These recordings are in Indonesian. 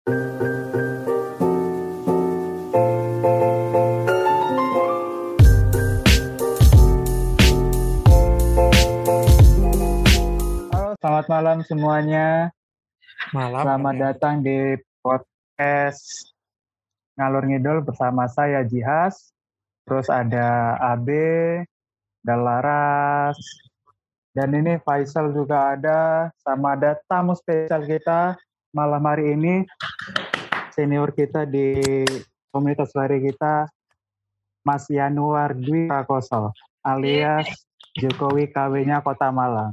Halo, selamat malam semuanya. Malam. Selamat datang di podcast Ngalur Ngidul bersama saya Jihas. Terus ada Abe, ada Laras, dan ini Faisal juga ada. Sama ada tamu spesial kita malam hari ini, senior kita di komunitas lari kita, Mas Yanuar Dwi Prakoso, alias Jokowi KW-nya Kota Malang.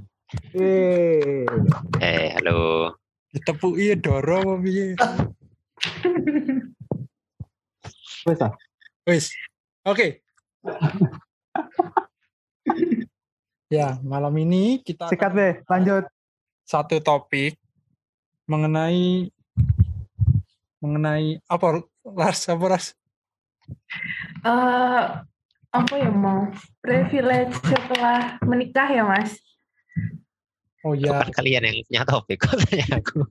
Halo. Ditepuki Doro apa piye? Wes ah. Wis. Oke. Ya, malam ini kita Sikat akan deh, lanjut. satu topik mengenai apa Ras? Apa ya mau privilege setelah menikah ya Mas? Oh ya, Bukan kalian yang punya topik, kok tanya aku.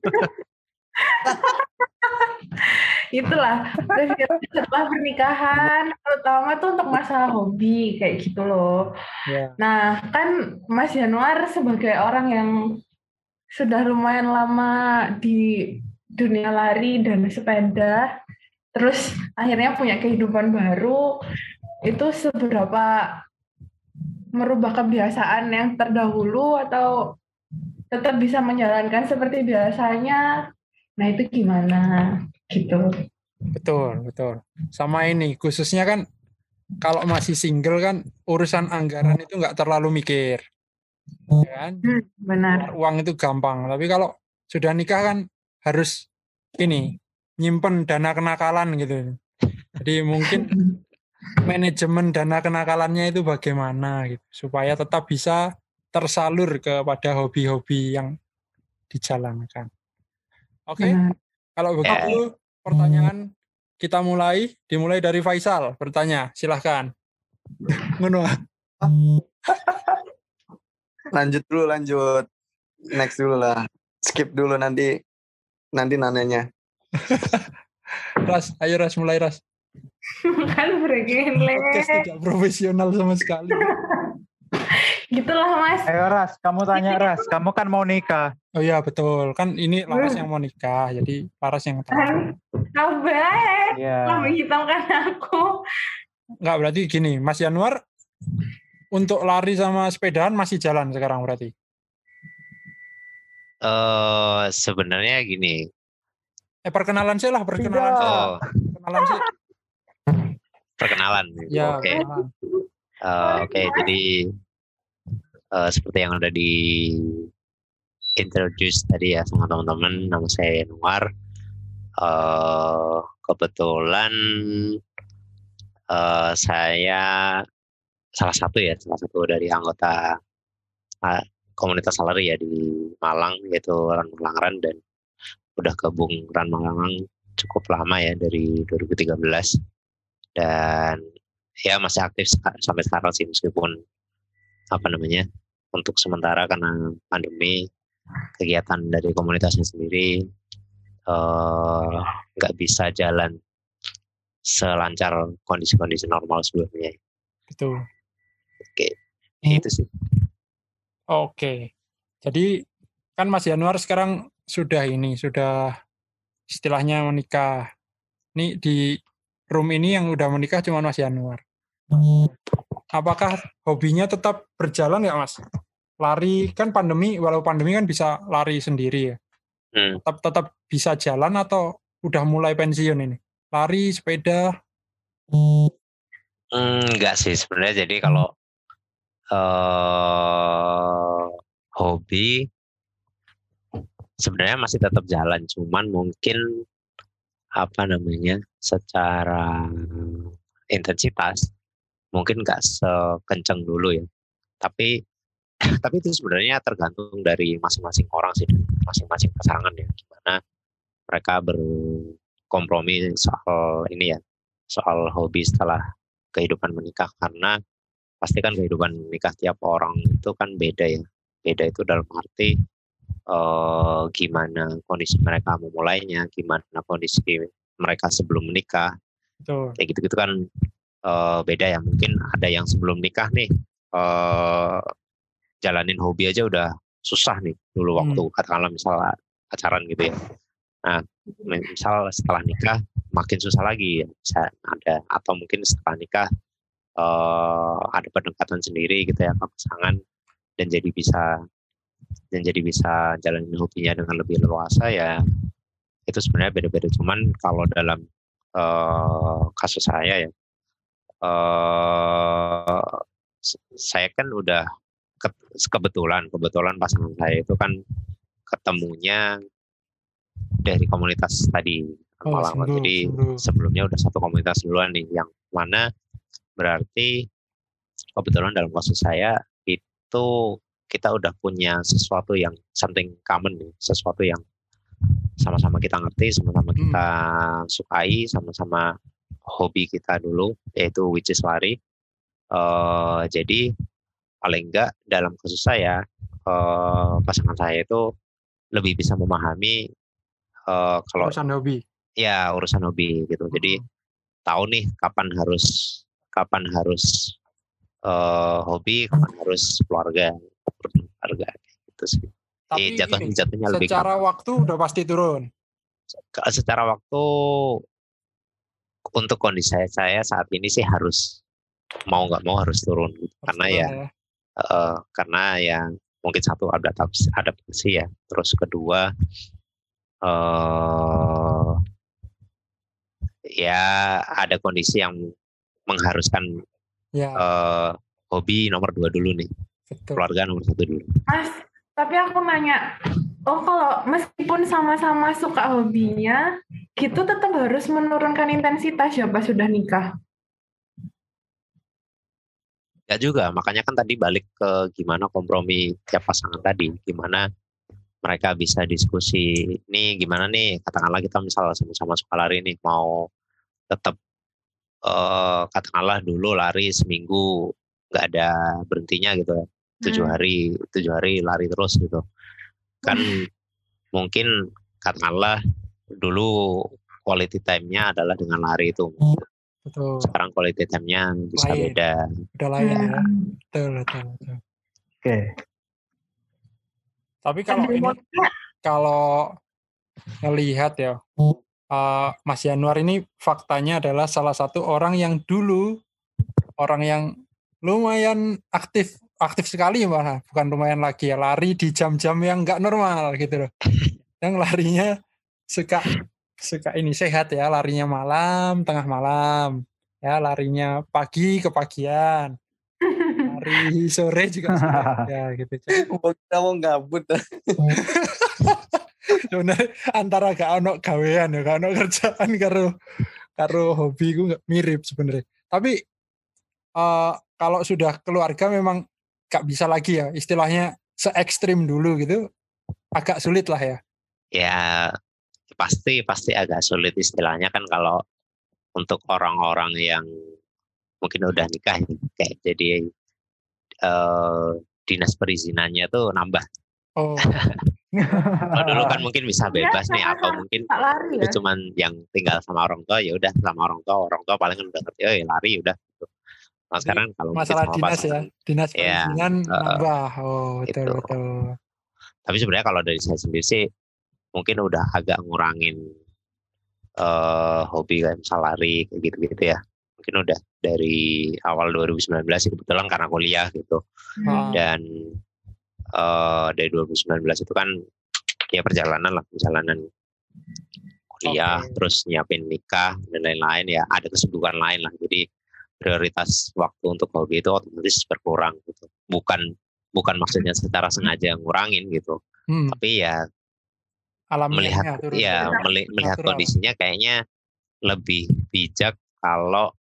Itulah privilege setelah pernikahan, terutama tuh untuk masalah hobi kayak gitu loh. ya. Nah kan Mas Januar sebagai orang yang sudah lumayan lama di dunia lari dan sepeda, terus akhirnya punya kehidupan baru, itu seberapa merubah kebiasaan yang terdahulu atau tetap bisa menjalankan seperti biasanya? Nah itu gimana gitu? Betul. Sama ini khususnya kan kalau masih single kan urusan anggaran itu nggak terlalu mikir. Ya kan? Benar. Uang itu gampang, tapi kalau sudah nikah kan harus ini nyimpen dana kenakalan gitu. Jadi mungkin manajemen dana kenakalannya itu bagaimana gitu supaya tetap bisa tersalur kepada hobi-hobi yang dijalankan. Oke, Benar. kalau begitu pertanyaan kita dimulai dari Faisal bertanya, silahkan. Ngono. Lanjut. Next dulu lah. Skip dulu nanti nanyanya. Ayo Ras, mulai Ras. Kan begini. Podcast tidak profesional sama sekali. Gitulah Mas. Ayo Ras, kamu tanya Ras. Kamu kan mau nikah. Oh iya betul, kan ini Laras yang mau nikah, jadi Laras yang tahu. Kabar. Iya. Lah menghitamkan aku. Enggak, berarti gini, Mas Yanuar untuk lari sama sepedaan masih jalan sekarang berarti? Sebenarnya gini. Perkenalan sih lah, perkenalan. Oh, Perkenalan sih. perkenalan. Ya, Oke. perkenalan. Oke, jadi seperti yang udah di introduce tadi ya sama teman-teman, nama saya Yanuar. Kebetulan saya salah satu dari anggota komunitas lari ya di Malang, yaitu Run Malang dan udah gabung Run Malang cukup lama ya dari 2013 dan ya masih aktif sampai sekarang sih, meskipun untuk sementara karena pandemi kegiatan dari komunitasnya sendiri nggak bisa jalan selancar kondisi-kondisi normal sebelumnya. Betul. Oke, itu sih. Oke. Jadi kan Mas Yanuar sekarang sudah istilahnya menikah. Nih di room ini yang udah menikah cuma Mas Yanuar. Apakah hobinya tetap berjalan nggak Mas? Lari kan walau pandemi kan bisa lari sendiri ya. Tetap bisa jalan atau udah mulai pensiun ini? Lari, sepeda? Enggak sih sebenarnya. Jadi kalau hobi sebenarnya masih tetap jalan, cuman mungkin secara intensitas mungkin nggak sekencang dulu ya. Tapi itu sebenarnya tergantung dari masing-masing orang sih, masing-masing pasangan ya, gimana mereka berkompromi soal hobi setelah kehidupan menikah. Karena pasti kan kehidupan menikah tiap orang itu kan beda ya. Beda itu dalam arti gimana kondisi mereka memulainya, gimana kondisi mereka sebelum menikah, Betul. kayak gitu-gitu kan beda ya. Mungkin ada yang sebelum nikah nih jalanin hobi aja udah susah nih dulu waktu katakanlah misal pacaran gitu ya. Nah, misal setelah nikah makin susah lagi ya. Bisa ada, atau mungkin setelah nikah ada pendekatan sendiri gitu ya ke pasangan, dan jadi bisa jalanin hobinya dengan lebih leluasa ya. Itu sebenarnya beda-beda. Cuman kalau dalam kasus saya ya, saya kan udah kebetulan pasangan saya itu kan ketemunya dari komunitas tadi Malang. Jadi sebelumnya udah satu komunitas duluan nih, yang mana berarti kebetulan dalam kasus saya itu kita udah punya sesuatu yang something common nih, sesuatu yang sama-sama kita ngerti, sama-sama kita sukai, sama-sama hobi kita dulu, yaitu which is lari. Jadi paling enggak dalam kasus saya pasangan saya itu lebih bisa memahami kalau urusan hobi. Ya, urusan hobi gitu. Jadi tahu nih kapan harus hobi, kapan harus keluarga gitu sih. Tapi jatuhnya lebih secara waktu udah pasti turun. Secara waktu untuk kondisi saya saat ini sih harus mau nggak mau harus turun gitu. Karena ya mungkin satu adaptasi ya, terus kedua ya ada kondisi yang mengharuskan hobi nomor 2 dulu nih. Betul. Keluarga nomor 1 dulu. Mas, tapi aku nanya, kalau meskipun sama-sama suka hobinya, gitu tetap harus menurunkan intensitas ya pas sudah nikah? Ya juga, makanya kan tadi balik ke gimana kompromi tiap pasangan tadi, gimana mereka bisa diskusi, nih gimana nih, katakanlah kita misalnya sama-sama suka lari nih, mau tetap katakanlah dulu lari seminggu nggak ada berhentinya gitu ya, 7 hari lari terus gitu kan. Mungkin katakanlah dulu quality time-nya adalah dengan lari itu. Betul. Sekarang quality time-nya bisa lain. beda. Udah lain ya. Betul. Oke. Tapi kalau ngelihat ya, Mas Yanuar ini faktanya adalah salah satu orang yang lumayan aktif sekali, malah bukan lumayan lagi ya, lari di jam-jam yang nggak normal gitu loh. Yang larinya suka ini sehat ya, larinya malam, tengah malam, ya larinya pagi kepagian, lari sore juga ya gitu. Kita mau gabut. Sebenarnya antara gak ono gawean ya, gak ono kerjaan karo hobi gue nggak mirip sebenarnya. Tapi kalau sudah keluarga memang gak bisa lagi ya, istilahnya se-ekstrim dulu gitu, agak sulit lah ya. Ya pasti agak sulit istilahnya kan kalau untuk orang-orang yang mungkin udah nikah kayak jadi dinas perizinannya tuh nambah. Kalau dulu kan mungkin bisa bebas nih, atau mungkin itu cuman yang tinggal sama orang tua, ya udah sama orang tua paling udah ngerti, lari udah. Nah, sekarang kalau masalah dinas pasangan, ya, dinas perizinan nambah. Betul. Tapi sebenarnya kalau dari saya sendiri sih mungkin udah agak ngurangin hobi kayak misal lari kayak gitu ya. Mungkin udah dari awal 2019 kebetulan karena kuliah gitu. Dan dari 2019 itu kan ya perjalanan kuliah, terus nyiapin nikah dan lain-lain ya, ada kesibukan lain lah. Jadi prioritas waktu untuk hobi itu otomatis berkurang gitu. Bukan maksudnya secara sengaja ngurangin gitu. Tapi ya melihat kondisinya kayaknya lebih bijak kalau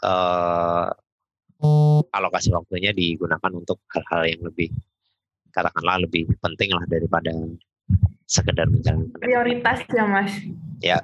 alokasi waktunya digunakan untuk hal-hal yang lebih, katakanlah lebih penting lah daripada sekedar menjalankan prioritas ya Mas. Ya.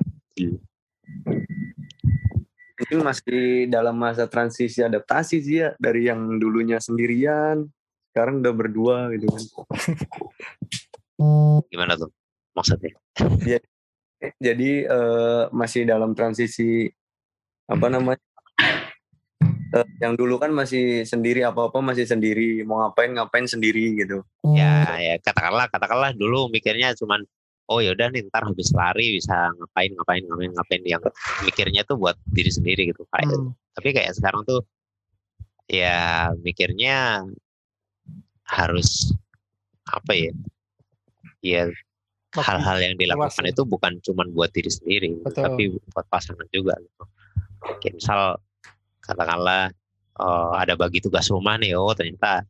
Mungkin masih dalam masa transisi adaptasi sih ya, dari yang dulunya sendirian sekarang udah berdua gitu kan. Gimana tuh maksudnya? Jadi masih dalam transisi apa namanya? Yang dulu kan masih sendiri, apa-apa masih sendiri, mau ngapain sendiri gitu. Ya katakanlah dulu mikirnya cuman oh ya udah nih ntar habis lari bisa ngapain yang mikirnya tuh buat diri sendiri gitu. Tapi kayak sekarang tuh ya mikirnya harus apa ya? Ya hal-hal yang dilakukan itu bukan cuman buat diri sendiri, tapi buat pasangan juga gitu. Kayak misal katakanlah ada bagi tugas rumah nih, ternyata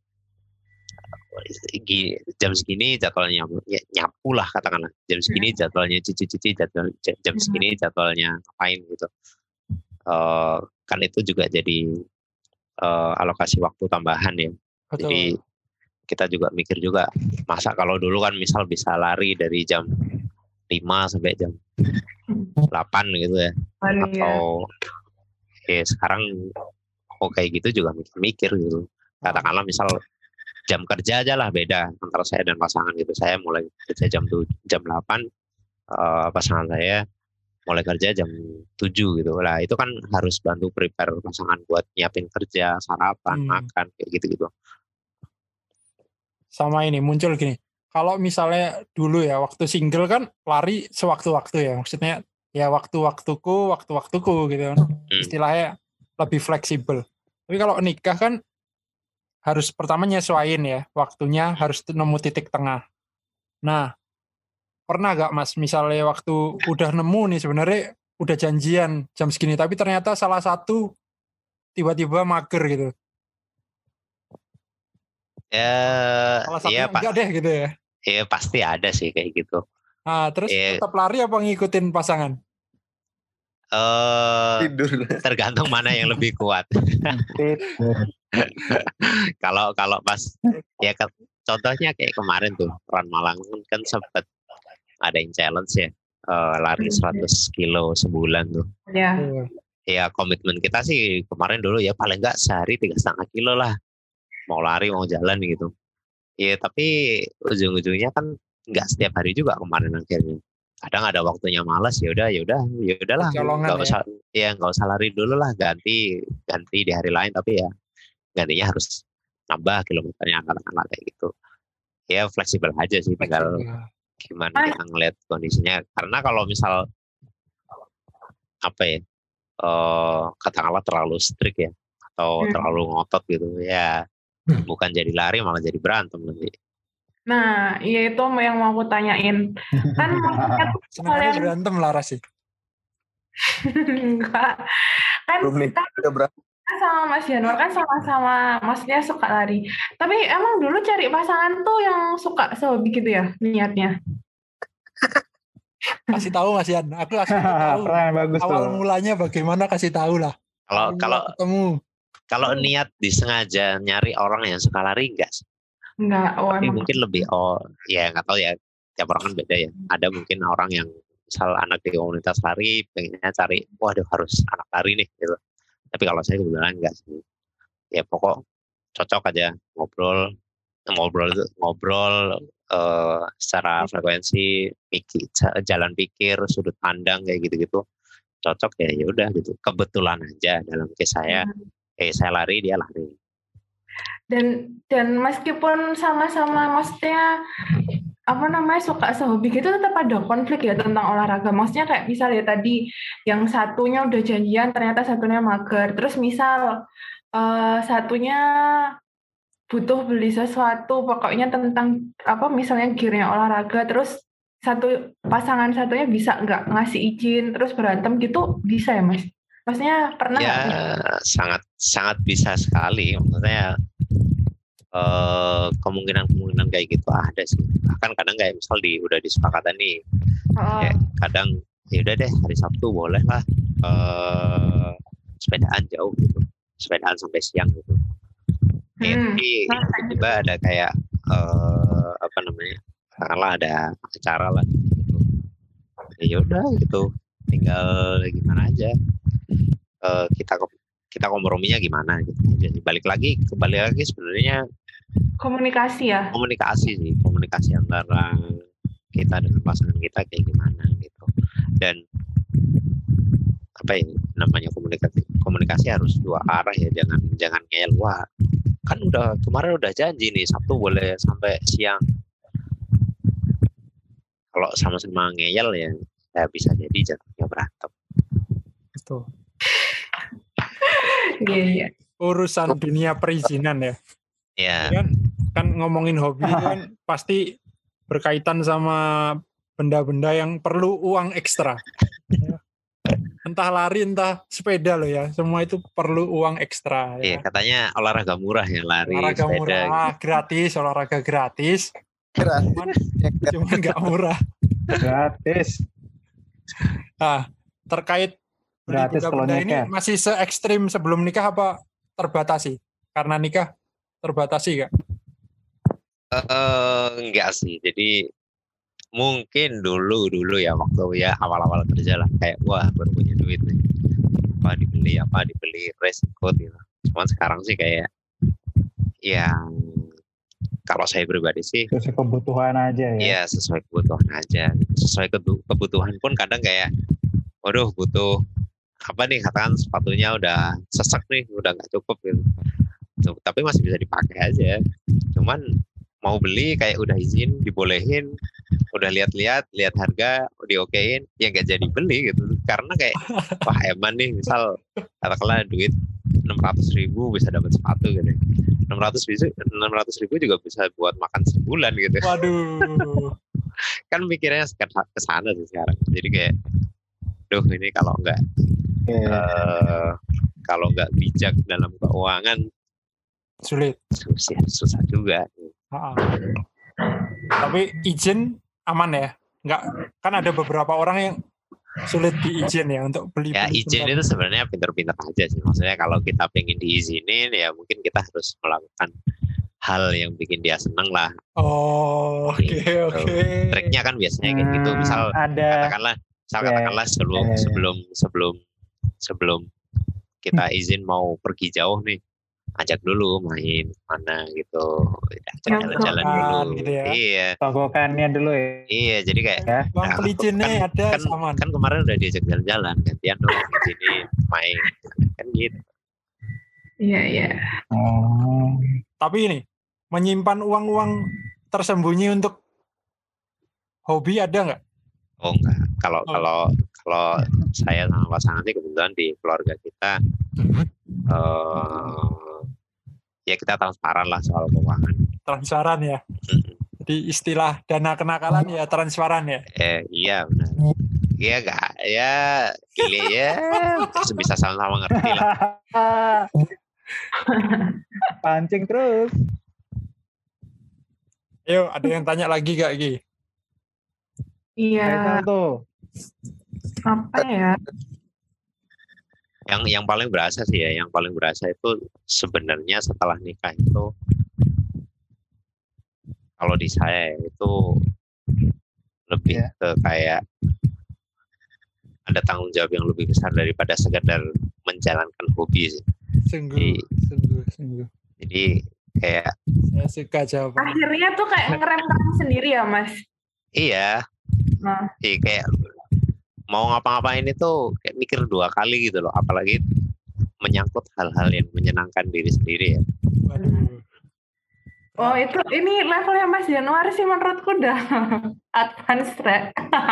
jam segini jadwalnya nyapu lah katakanlah, jam segini jadwalnya cuci jam segini jadwalnya ngapain gitu. Kan itu juga jadi alokasi waktu tambahan ya. Betul. Jadi kita juga mikir juga, masa kalau dulu kan misal bisa lari dari jam 5 sampai jam 8 gitu ya. Atau sekarang kayak gitu juga mikir gitu. Katakanlah misal jam kerja aja lah beda antara saya dan pasangan gitu. Saya mulai kerja jam 8, pasangan saya mulai kerja jam 7 gitu. Lah itu kan harus bantu prepare pasangan buat nyiapin kerja, sarapan, makan kayak gitu-gitu. Sama ini muncul gini. Kalau misalnya dulu ya waktu single kan lari sewaktu-waktu ya. Maksudnya ya waktu-waktuku gitu kan. Istilahnya lebih fleksibel. Tapi kalau nikah kan harus pertama nyesuaiin ya. Waktunya harus nemu titik tengah. Nah, pernah gak Mas misalnya waktu udah nemu nih sebenarnya udah janjian jam segini tapi ternyata salah satu tiba-tiba mager gitu. Iya enggak deh gitu ya. Iya pasti ada sih kayak gitu. Nah, terus tetap lari apa ngikutin pasangan? Tidur. Tergantung mana yang lebih kuat. Kalau pas ya contohnya kayak kemarin tuh Run Malang kan sempat ada yang challenge ya, lari 100 kilo sebulan tuh. Ya. Ya komitmen kita sih kemarin dulu ya paling enggak sehari 3,5 kilo lah. Mau lari mau jalan gitu. Ya tapi ujung-ujungnya kan nggak setiap hari juga kemarin akhirnya. Kadang ada waktunya malas ya udahlah nggak usah lari dulu lah, ganti di hari lain, tapi ya gantinya harus nambah kilometernya katakanlah kayak gitu. Ya fleksibel aja sih, tinggal gimana kita ngeliat kondisinya. Karena kalau misal katakanlah terlalu strict ya atau terlalu ngotot gitu ya, bukan jadi lari malah jadi berantem nanti. Nah, iya itu yang mau aku tanyain. Kan maksudnya tuh kalian berantem lah sih. Enggak. Kan sama Mas Januar kan sama-sama maksudnya suka lari. Tapi emang dulu cari pasangan tuh yang suka sehobi gitu ya niatnya? Kasih tahu Mas Yan, aku kasih tahu. Awal mulanya bagaimana kasih tahu lah. Kalau niat disengaja nyari orang yang suka lari enggak sih? Enggak, tapi mungkin lebih ya nggak tahu ya, tiap orang kan beda ya. Ada mungkin orang yang misal anak di komunitas lari pengennya cari waduh harus anak lari nih gitu. Tapi kalau saya kebetulan enggak sih. Ya pokok cocok aja ngobrol secara frekuensi, jalan pikir, sudut pandang kayak gitu-gitu cocok ya udah gitu. Kebetulan aja dalam case saya saya lari dia lari. Dan meskipun sama-sama maksudnya suka sehobi gitu tetap ada konflik ya tentang olahraga. Maksudnya kayak misalnya tadi yang satunya udah janjian ternyata satunya mager. Terus misal satunya butuh beli sesuatu pokoknya tentang misalnya gearnya olahraga, terus pasangan satunya bisa nggak ngasih izin terus berantem gitu, bisa ya Mas? Maksudnya pernah ya sangat bisa sekali. Maksudnya kemungkinan kayak gitu ada sih. Bahkan kadang kayak misal udah disepakatan nih, ya, kadang ya udah deh hari Sabtu boleh lah sepedaan jauh gitu, sepedaan sampai siang gitu. Tapi tiba-tiba ada kayak katakanlah ada acara lah gitu. Ya udah gitu, tinggal gimana aja, kita komprominya gimana gitu. Jadi balik lagi sebenarnya Komunikasi ya. Komunikasi antara kita dengan pasangan kita kayak gimana gitu. Dan apa ya namanya komunikasi harus dua arah ya, jangan ngeyel, wah kan kemarin udah janji nih Sabtu boleh sampai siang. Kalau sama-sama ngeyel ya bisa jadi jatuhnya berantem. Itu Iya. urusan dunia perizinan ya. Ya. Kan ngomongin hobi itu kan pasti berkaitan sama benda-benda yang perlu uang ekstra. Entah lari, entah sepeda loh ya. Semua itu perlu uang ekstra. Iya, Ya. katanya olahraga murah ya, lari, Olahraga sepeda. murah, gratis, olahraga gratis. Cuman nggak murah. Gratis. Nah, terkait beli Gratis kalau benda-benda ini nikah. masih se-ekstrim sebelum nikah apa terbatasi? Karena nikah terbatasi gak? Enggak sih. Jadi mungkin dulu ya waktu ya awal-awal kerja lah kayak wah baru punya duit nih. Apa dibeli resiko gitu. Cuman sekarang sih kayak yang kalau saya pribadi sih Sesuai kebutuhan aja ya. ya sesuai kebutuhan aja. Sesuai kebutuhan pun kadang kayak waduh butuh apa nih, katakan sepatunya udah sesek nih, udah nggak cukup gitu. Tapi masih bisa dipakai aja. Cuman mau beli kayak udah izin, dibolehin, udah lihat harga, diokein, ya nggak jadi beli gitu. Karena kayak wah eman nih, misal katakanlah duit 600.000 bisa dapat sepatu gitu. 600.000 juga bisa buat makan sebulan gitu. Waduh. Kan mikirnya ke sana sih sekarang. Jadi kayak duh ini kalau nggak bijak dalam keuangan Sulit. susah juga. Tapi izin aman ya? Nggak, kan ada beberapa orang yang sulit diizin ya untuk beli. Ya izin itu sebenarnya pinter-pinter aja sih. Maksudnya kalau kita pengen diizinin ya mungkin kita harus melakukan hal yang bikin dia seneng lah. Oh, oke. Triknya kan biasanya kayak gitu. Misal katakanlah sebelum kita izin mau pergi jauh nih, ajak dulu main mana gitu, jalan-jalan dulu gitu ya. Iya, togokannya dulu ya. Iya, jadi kayak uang pelicinnya ada sama. Kan kemarin udah diajak jalan-jalan, gantian dong izinin main kan gitu. Iya. Tapi ini menyimpan uang tersembunyi untuk hobi ada nggak? Oh enggak. Kalau saya sama pasangan sih kebetulan di keluarga kita ya kita transparan lah soal keuangan. Transparan ya. Jadi istilah dana kenakalan ya transparan ya. Iya benar. Iya enggak ya gile ya bisa sama-sama ngerti lah. Pancing terus. Ayo, ada yang tanya lagi gak Gi? Iya. Tuh. Apa ya? Yang paling berasa sih ya, yang paling berasa itu sebenarnya setelah nikah itu kalau di saya itu lebih ke kayak ada tanggung jawab yang lebih besar daripada sekedar menjalankan hobi sih. Sungguh. Jadi kayak saya suka jawaban. Akhirnya tuh kayak ngerem sendiri ya Mas? Iya. Nah. Jadi kayak mau ngapa-ngapain itu kayak mikir 2 kali gitu loh, apalagi menyangkut hal-hal yang menyenangkan diri sendiri ya. Waduh. Oh ini levelnya Mas Januar sih menurutku udah advance rek.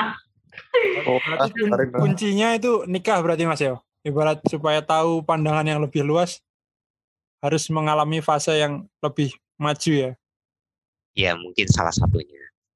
Kuncinya itu nikah berarti Mas ya. Ibarat supaya tahu pandangan yang lebih luas harus mengalami fase yang lebih maju ya. Ya mungkin salah satunya.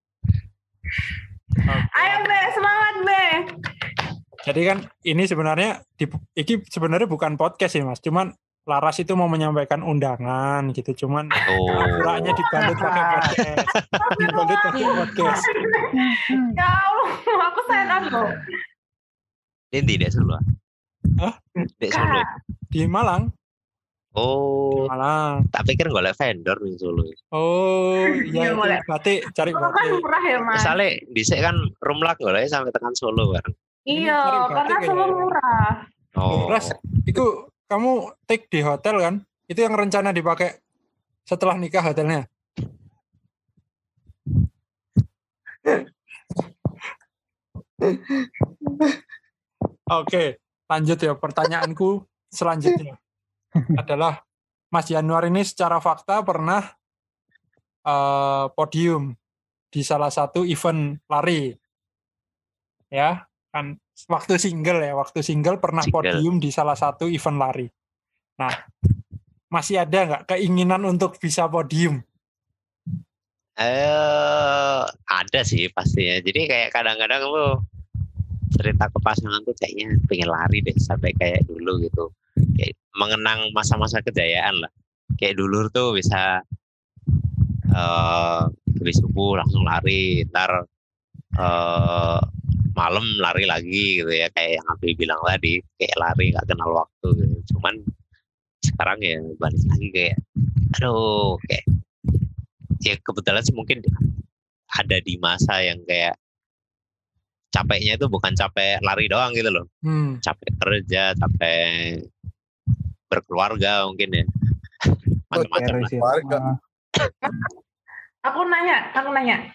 Ayo Be, semangat Be. Jadi kan ini sebenarnya bukan podcast ya Mas, cuman Laras itu mau menyampaikan undangan gitu, cuman pura-puranya dibalut pakai podcast. Ya Allah, aku sign up loh. Ini tidak Solo. Hah? Di Solo. Di Malang. Oh, Malang. tak pikir golek vendor di Solo. Oh, iya itu batik, cari batik. Kan murah ya Mas. Misalnya dhisik kan rumlak golek sampai tekan Solo bareng. Iya, karena Solo murah. Oh. Ras, itu kamu take di hotel kan? Itu yang rencana dipakai setelah nikah hotelnya? Oke, lanjut ya. Pertanyaanku selanjutnya adalah Mas Januar ini secara fakta pernah podium di salah satu event lari. Ya, kan waktu single pernah Single. podium di salah satu event lari. Nah, masih ada nggak keinginan untuk bisa podium? Ada sih pastinya. Jadi kayak kadang-kadang lu cerita ke pasangan tuh kayaknya pengen lari deh sampai kayak dulu gitu. Kayak mengenang masa-masa kejayaan lah. Kayak dulu tuh bisa habis subuh langsung lari, ntar malam lari lagi gitu ya, kayak yang Abi bilang tadi, kayak lari nggak kenal waktu gitu. Cuman sekarang ya balik lagi kayak aduh, kayak ya kebetulan sih mungkin ada di masa yang kayak capeknya itu bukan capek lari doang gitu loh, capek kerja, capek berkeluarga mungkin ya, macam-macam lah. Keluarga. Aku nanya.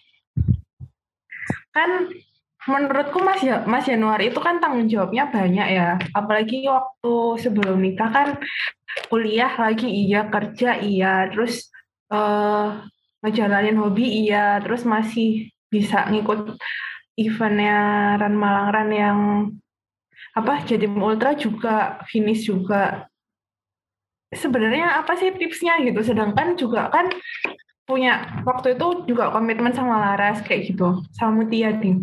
Kan menurutku Mas Januari itu kan tanggung jawabnya banyak ya. Apalagi waktu sebelum nikah kan kuliah lagi iya, kerja iya, terus ngejalanin hobi iya, terus masih bisa ngikut eventnya Run Malang Run yang Jatim Ultra juga, finish juga. Sebenarnya apa sih tipsnya gitu? Sedangkan juga kan punya waktu itu juga komitmen sama Laras kayak gitu, sama Mutia Ding.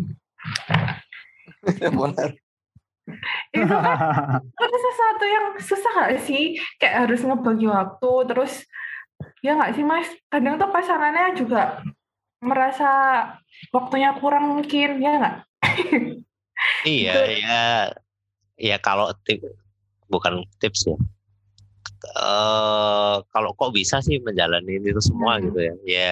Itu kan sesuatu yang susah gak sih? Kayak harus ngebagi waktu, terus ya gak sih Mas? Kadang tuh pasangannya juga merasa waktunya kurang mungkin, ya gak? Iya, ya kalau bukan tips ya. Kalau kok bisa sih menjalani itu semua gitu ya. Ya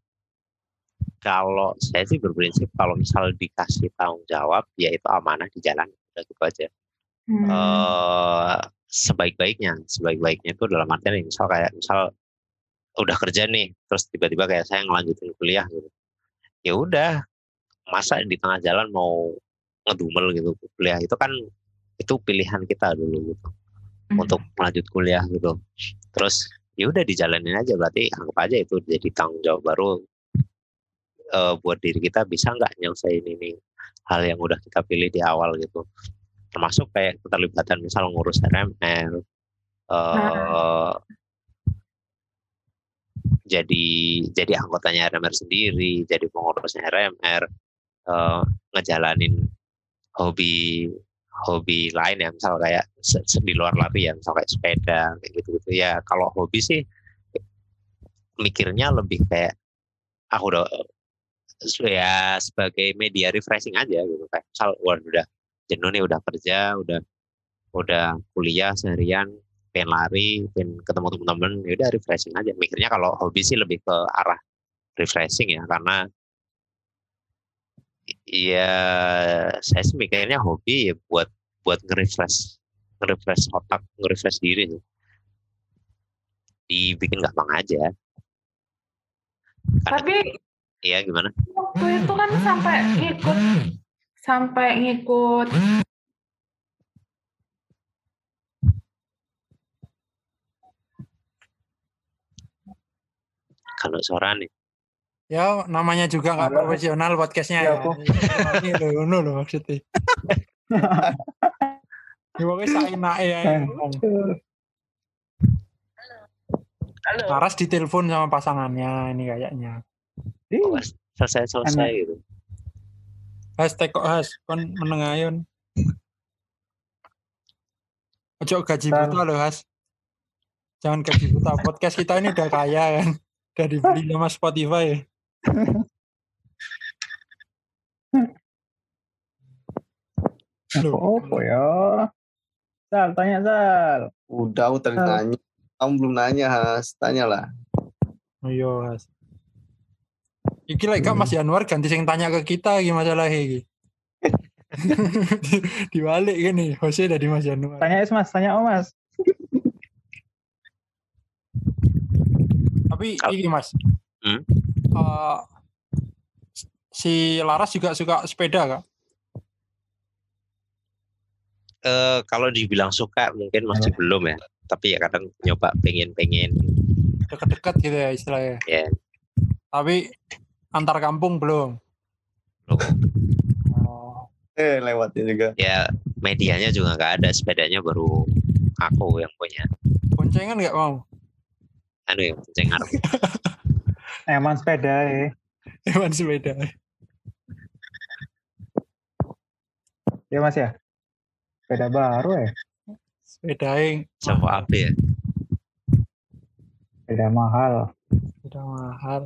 kalau saya sih berprinsip kalau misal dikasih tanggung jawab ya itu amanah di jalan, udah gitu aja. Sebaik-baiknya itu dalam artian misal udah kerja nih terus tiba-tiba kayak saya ngelanjutin kuliah gitu. Ya udah, masa di tengah jalan mau ngedumel gitu kuliah, itu kan itu pilihan kita dulu gitu untuk melanjut kuliah gitu. Terus ya udah dijalanin aja, berarti anggap aja itu jadi tanggung jawab baru buat diri kita, bisa nggak nyelesain ini hal yang udah kita pilih di awal gitu, termasuk kayak keterlibatan misal ngurus RMR, jadi anggotanya RMR sendiri, jadi pengurusnya RMR, ngejalanin hobi lain ya, misal kayak di luar lari ya, misal kayak sepeda kayak gitu ya. Kalau hobi sih mikirnya lebih kayak aku udah ya sebagai media refreshing aja gitu, kayak misal udah jenuh nih, udah kerja, udah kuliah seharian, pengen lari, pengen ketemu teman-teman, ya udah refreshing aja. Mikirnya kalau hobi sih lebih ke arah refreshing ya, karena ya saya sih mikirnya hobi ya buat nge-refresh otak, nge-refresh diri tuh. Dibikin gampang aja. Tapi iya gimana? Waktu itu kan sampai ngikut Kalau suara nih. Ya namanya juga nggak profesional podcastnya ya. Ini loh maksudnya. Ya pokoknya sainake ya ngomong. Halo. Laras ditelepon sama pasangannya ini kayaknya. Selesai gitu. Has kon menengayon. Ojo gaji buta loh Has. Jangan gaji buta. Podcast kita ini udah kaya kan. Udah dibeli sama Spotify. Apa ya? Sal, tanya Sal. Udah, aku tadi nanya. Kamu belum nanya, Has. Tanyalah. Oh iya, Has. Iki lek Mas Januar ganti sing tanya ke kita iki masalahnya iki. Dibalik gini, Jose dari Mas Januar. Tanya Mas, tanya Mas. Tapi ini Mas. si Laras juga suka sepeda Kak? Kalau dibilang suka mungkin masih belum ya. Tapi ya kadang nyoba pengen. Dekat-dekat gitu ya istilahnya. Ya, Tapi antar kampung belum. belum. Oh, Lewatnya juga. Ya medianya juga nggak ada, sepedanya baru aku yang punya. boncengan nggak mau? Anu yang cengar. Emang sepeda ya. Hewan sepeda. Ya Mas ya. Sepeda baru ya. Sepeda yang Sama apa ya? Sepeda mahal. sepeda mahal.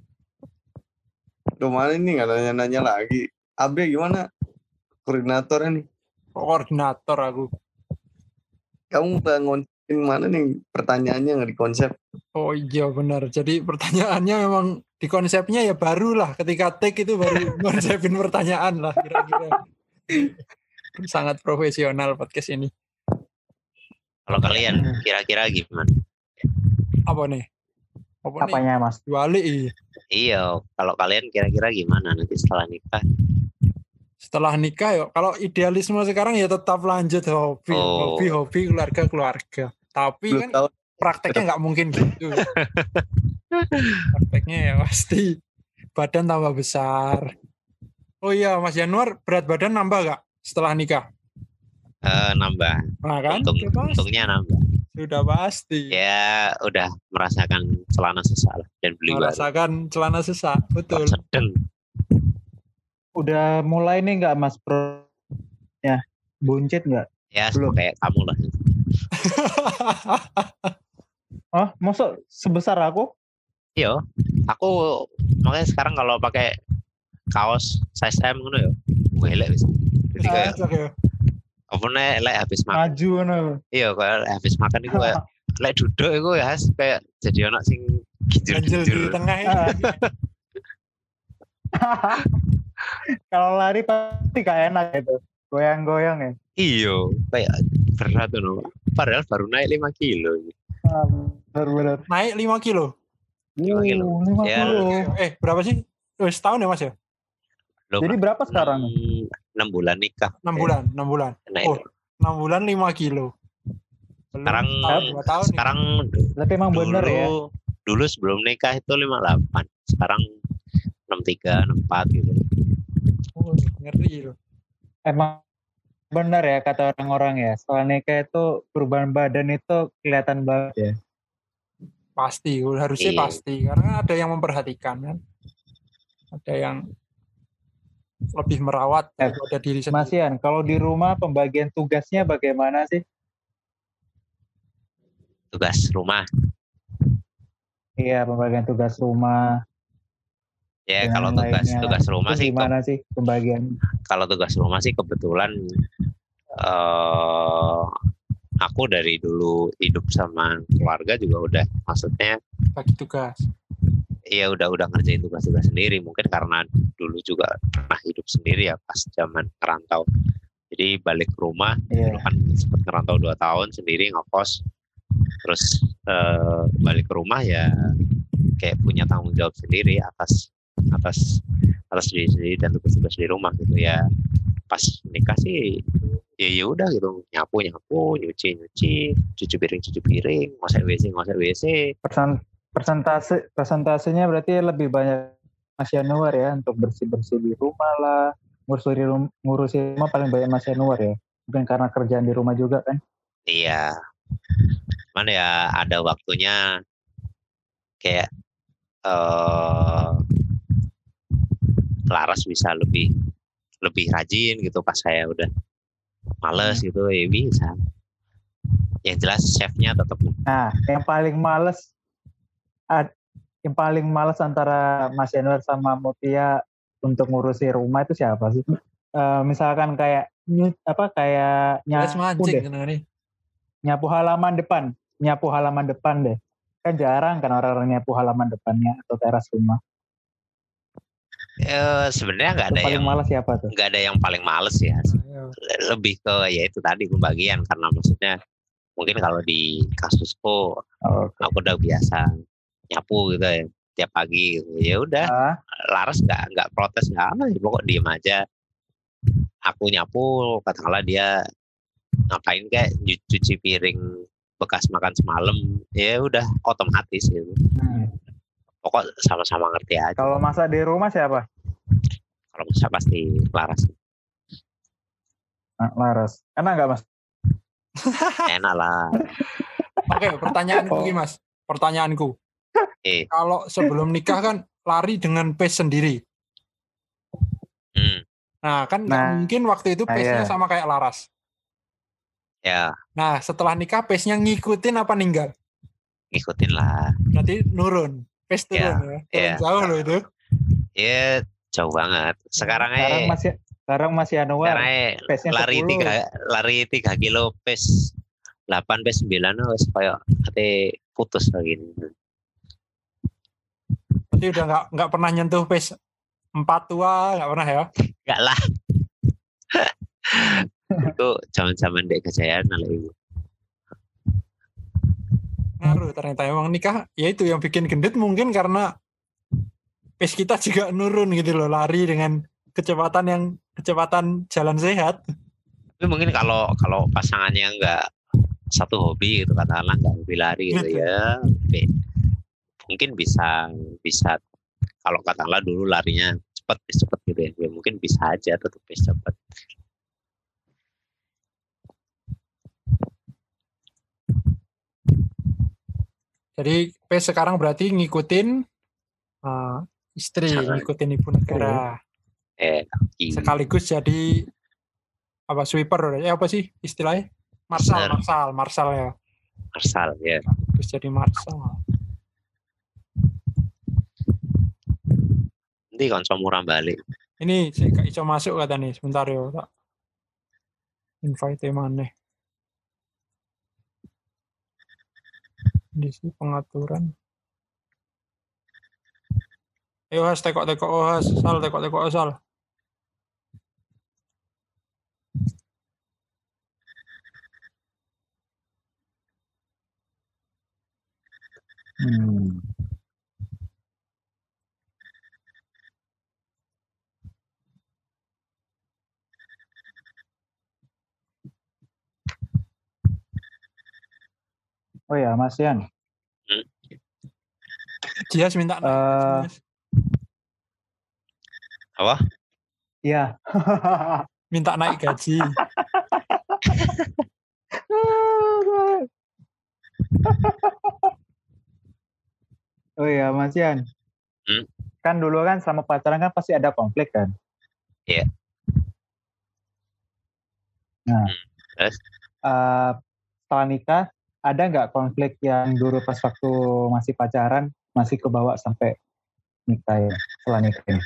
Kemana nih nggak nanya-nanya lagi. Abe gimana? Koordinatornya nih. Koordinator aku. Kamu udah ngoncin mana nih pertanyaannya nggak di konsep? Oh iya benar. Jadi pertanyaannya memang di konsepnya ya baru lah. Ketika take itu baru konsepin pertanyaan lah kira-kira. Sangat profesional podcast ini. Kalau kalian kira-kira gimana? Apa nih? Apa nih? Apanya Mas? Balik iya. Iya, kalau kalian kira-kira gimana nanti setelah nikah? Setelah nikah ya, kalau idealisme sekarang ya tetap lanjut hobi, Oh. hobi, keluarga. Tapi Belum kan tahu. prakteknya nggak mungkin gitu. Prakteknya ya pasti badan tambah besar. Oh iya, Mas Januar berat badan nambah nggak setelah nikah? Nambah. Nah kan, Untung, sudah pasti. untungnya nambah. Sudah pasti. Ya udah merasakan celana sesak lah dan beli baru. Merasakan celana sesak, betul. Sedeng. Udah mulai nih nggak Mas Bro? Ya, buncit nggak? Ya Belum. sama kayak kamu lah. Oh, masuk sebesar aku? Iya, aku makanya sekarang kalau pakai kaos size M ngono ya, gue elek bisa. Jadi kayak Oke. apa nih, lek habis makan. Maju no. Iya, kalau habis makan itu kayak lek duduk itu ya kayak jadi anak sing Ganjel di ginjel-ginjel. tengah ini. Kalau lari pasti gak enak gitu. Goyang-goyang ya. Iya, kayak berat tuh. Padahal baru naik 5 kilo. Benar-benar. Naik 5 kilo. 5 kilo. 5 Ya. kilo. Berapa sih? Setahun ya Mas ya? Jadi berapa sekarang? 6 bulan nikah. 6 bulan, 6 bulan. Naik. Oh, 6 bulan 5 kilo. Belum Sekarang tahun, 2 tahun. sekarang Berarti emang bener ya. dulu sebelum nikah itu 58. Sekarang 63, 64 gitu. Oh, ngeri loh. Emang bener ya kata orang-orang ya. Setelah nikah itu perubahan badan itu kelihatan banget ya. Pasti, harusnya Iya. pasti. Karena ada yang memperhatikan kan. Ada yang lebih merawat daripada diri sendiri. Mas Ian, kalau di rumah pembagian tugasnya bagaimana sih? Tugas rumah. Iya, pembagian tugas rumah. Ya dan kalau lainnya. tugas rumah Itu sih gimana sih pembagian? kalau tugas rumah sih kebetulan aku dari dulu hidup sama keluarga juga udah, maksudnya Bagi tugas. ya udah ngerjain tugas-tugas sendiri, mungkin karena dulu juga pernah hidup sendiri ya pas zaman ngerantau. Jadi balik ke rumah, Iya. dulu kan sempat ngerantau 2 tahun sendiri ngekos, terus balik ke rumah ya kayak punya tanggung jawab sendiri atas diri sendiri dan tugas-tugas di rumah gitu ya. Pas nikah sih ya udah gitu, nyapu, nyuci, cuci piring, ngosek WC. Persentasenya berarti lebih banyak Mas Januar ya untuk bersih-bersih di rumah lah. Ngurusin rumah paling banyak Mas Januar ya. Mungkin karena kerjaan di rumah juga kan. Iya. Cuman ya ada waktunya kayak Laras bisa lebih rajin gitu pas saya udah males gitu ya bisa. Yang jelas chefnya tetap. Nah, yang paling males antara Mas Januar sama Mutia untuk ngurusi rumah itu siapa sih? Misalkan kayak Les mancing kan nih. nyapu halaman depan deh. Kan jarang kan orang-orang nyapu halaman depannya atau teras rumah. Sebenarnya nggak Itu ada paling yang malas siapa tuh? nggak ada yang paling males ya. Lebih ke ya itu tadi pembagian, karena maksudnya mungkin kalau di kasusku aku udah biasa nyapu gitu ya. tiap pagi gitu. Ya udah, Ah, Laras nggak protes nggak apa, ya pokok diem aja. Aku nyapu, katakanlah dia ngapain kayak cuci piring bekas makan semalam, ya udah otomatis gitu. Pokok sama-sama ngerti aja. kalau masak di rumah siapa? Kalau masak pasti Laras. Laras. Enak nggak Mas? Enak lah. Oke, pertanyaanku ini, Mas. Pertanyaanku. Kalau sebelum nikah kan lari dengan pace sendiri. Nah, kan nggak mungkin waktu itu pace-nya sama kayak Laras. Ya. Nah, setelah nikah pace-nya ngikutin apa ninggal? Ngikutin lah. Berarti nurun. Pace turun ya. Turun jauh loh itu. Ya, jauh banget. Sekarang masih Anwar. Lari 3 kilo pace 8 pace 9 wis koyo ate putus lagi. Berarti udah nggak pernah nyentuh pace 4 tua, nggak pernah ya? Nggak lah. Itu zaman-zaman dek kejayaan lah itu. Ngaruh ternyata emang nikah ya itu yang bikin gendut mungkin karena pace kita juga nurun gitu loh, lari dengan kecepatan jalan sehat. Tapi mungkin kalau pasangannya nggak satu hobi gitu, katakanlah nggak hobi lari gitu ya, mungkin bisa kalau katakanlah dulu larinya cepat gitu ya, mungkin bisa aja tetap cepat. Jadi pace sekarang berarti ngikutin istri, ngikutin ibu negara. Sekaligus jadi apa sweeper ya, apa sih istilahnya? Marshal ya. Marshal ya. Terus jadi marshal. Nanti konco murah balik. Ini saya gak iso masuk kata nih, sebentar ya tak invite mana? Di sini pengaturan. Ayo Has, tekok Has, Sal, tekok Sal. Oh ya, Mas Yan. Jias minta naik. Apa? Iya. Minta naik gaji. Oh iya, Mas Yan. Kan dulu kan selama pacaran kan pasti ada konflik kan? Iya. Nah, setelah nikah, ada nggak konflik yang dulu pas waktu masih pacaran masih kebawa sampai nikah ya, setelah nikah ya?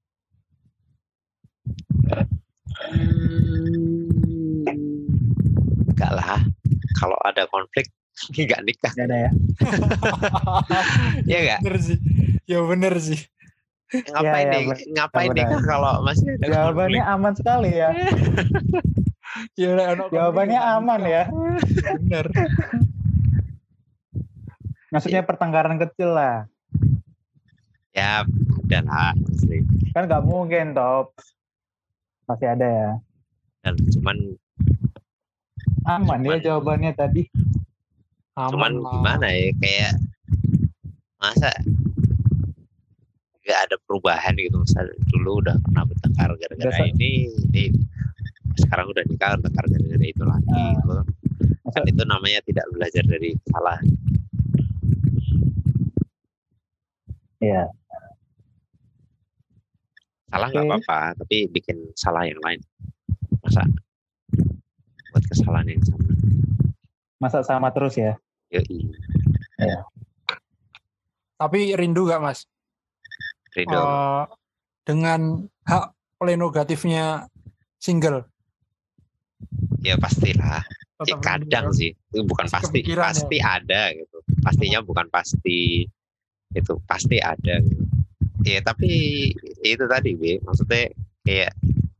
Enggak lah, kalau ada konflik nggak nikah. Nggak ada ya? Iya nggak? Bener sih. Ngapain nikah kalau masih ada jawabannya konflik? Aman sekali ya. Jawabannya aman ya. Bener. Maksudnya pertengkaran kecil lah. Ya, ada lah. Kan nggak mungkin toh. Masih ada ya. Dan cuman ya jawabannya tadi. Cuman gimana ya, kayak masa nggak ada perubahan gitu. Misalnya dulu udah pernah bertengkar gara-gara ini sekarang udah nikah bertengkar gara-gara itu lagi gitu. Kan itu namanya tidak belajar dari kesalahan. Iya. Salah nggak apa-apa, tapi bikin salah yang lain. Masa buat kesalahan yang sama. Masa sama terus ya? Yoi. Ya. Tapi rindu gak Mas? Rindu. Dengan hak prerogatifnya single? Ya pastilah. Ya, kadang sih, itu bukan pasti ada gitu. Pastinya bukan pasti itu, pasti ada gitu. Ya tapi itu tadi maksudnya kayak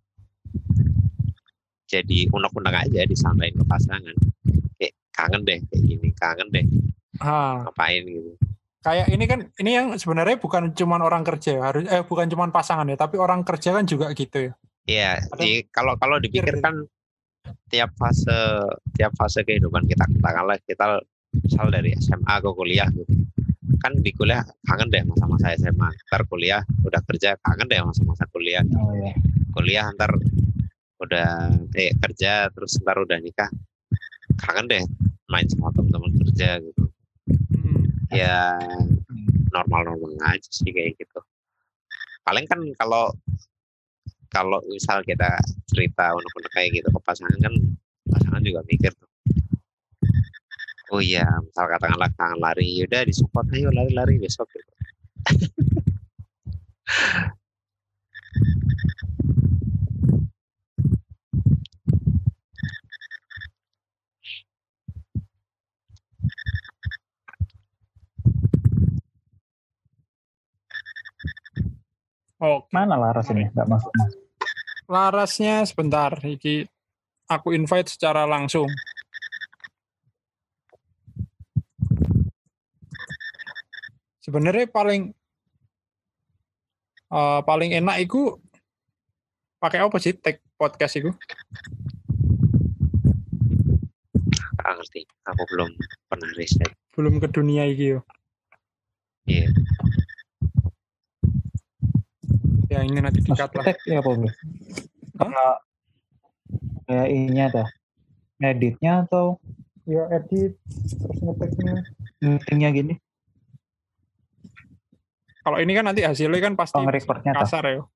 jadi unek-unek aja disampaikan ke pasangan, kayak kangen deh kayak gini, kangen deh ngapain gitu. kayak ini yang sebenarnya bukan cuma orang kerja ya, bukan cuma pasangan ya, tapi orang kerja kan juga gitu ya. Iya, Ada- kalau dipikirkan tiap fase kehidupan kita, katakanlah kita misal dari SMA ke kuliah gitu. Kan di kuliah kangen deh masa-masa SMA, ntar kuliah udah kerja kangen deh masa-masa kuliah. Oh ya. Kuliah ntar udah kerja, terus ntar udah nikah kangen deh main sama teman-teman kerja gitu. Ya normal-normal aja sih kayak gitu. Paling kan kalau misal kita cerita unek-unek kayak gitu ke pasangan juga mikir tuh. Oh iya, misal katakanlah kangen lari, udah disupport ayo lari-lari besok gitu. Oh, Mana Laras ini? Nggak masuk. Larasnya sebentar, iki aku invite secara langsung. Sebenarnya paling enak itu pakai apa sih tag podcast itu? Gak ngerti, aku belum pernah riset. Belum ke dunia iki yo. Iya. Ya ini nanti dikat lah. Tag ya apa bro? Kalau kayak ininya dah, editnya atau Ya edit terus ngeteknya. meetingnya gini? Kalau ini kan nanti hasilnya kan pasti Nge-recordnya dah. kasar ya.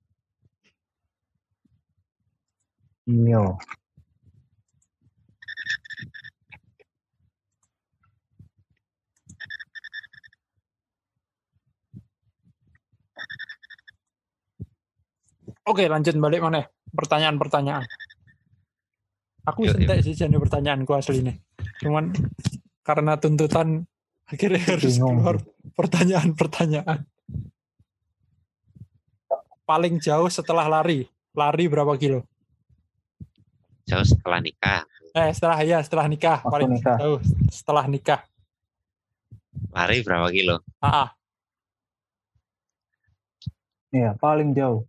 Iya. Oke, lanjut balik mana? Pertanyaan. Aku Yuk, sentek sih jadi pertanyaanku aslinya. Cuman karena tuntutan akhirnya harus Bingung. keluar pertanyaan. Paling jauh setelah lari berapa kilo? Jauh setelah nikah, Setelah nikah. Waktu Paling nikah. jauh setelah nikah. lari berapa kilo? Iya, paling jauh.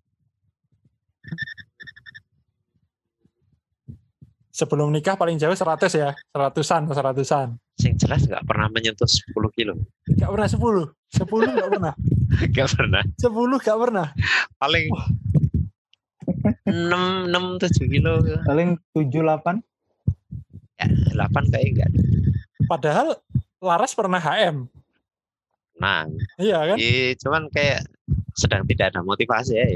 Sebelum nikah paling jauh 100 ya. 100-an. Yang jelas nggak pernah menyentuh 10 kilo. Gak pernah 10. 10 gak pernah. Nggak pernah. 10 gak pernah. Paling 6-7 kilo. Paling 7-8. Ya, 8 kayaknya enggak. Padahal Laras pernah HM. Nah, Iya kan? cuman kayak sedang tidak ada motivasi ya.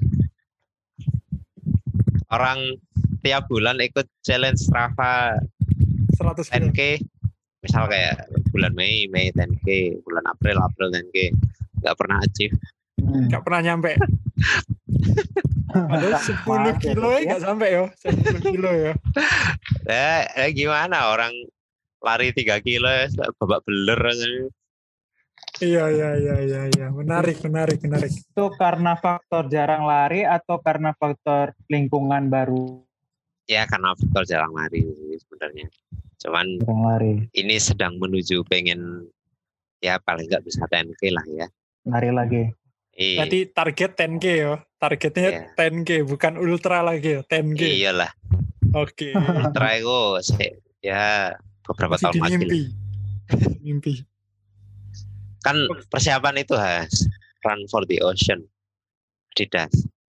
Orang tiap bulan ikut challenge Strava 100 kilo. 10K, misal kayak bulan Mei 10K, bulan April 10K, nggak pernah achieve. Gak pernah nyampe. Padahal 10 kilo ya gak sampai yo. 10 kilo ya. Gimana orang lari 3 kilo babak beler. Iya. Menarik. Itu karena faktor jarang lari atau karena faktor lingkungan baru Ya karena faktor jarang lari sebenarnya. Cuman jarang lari? ini sedang menuju pengen ya paling nggak bisa 10K lah ya. Lari lagi. Iya. Berarti target 10K yo. Targetnya Iya. 10K bukan ultra lagi yo, 10K. Iyalah. Oke. Ultra itu ya beberapa Masih tahun di lagi. mimpi. Kan persiapan itu Run for the Ocean. Adidas.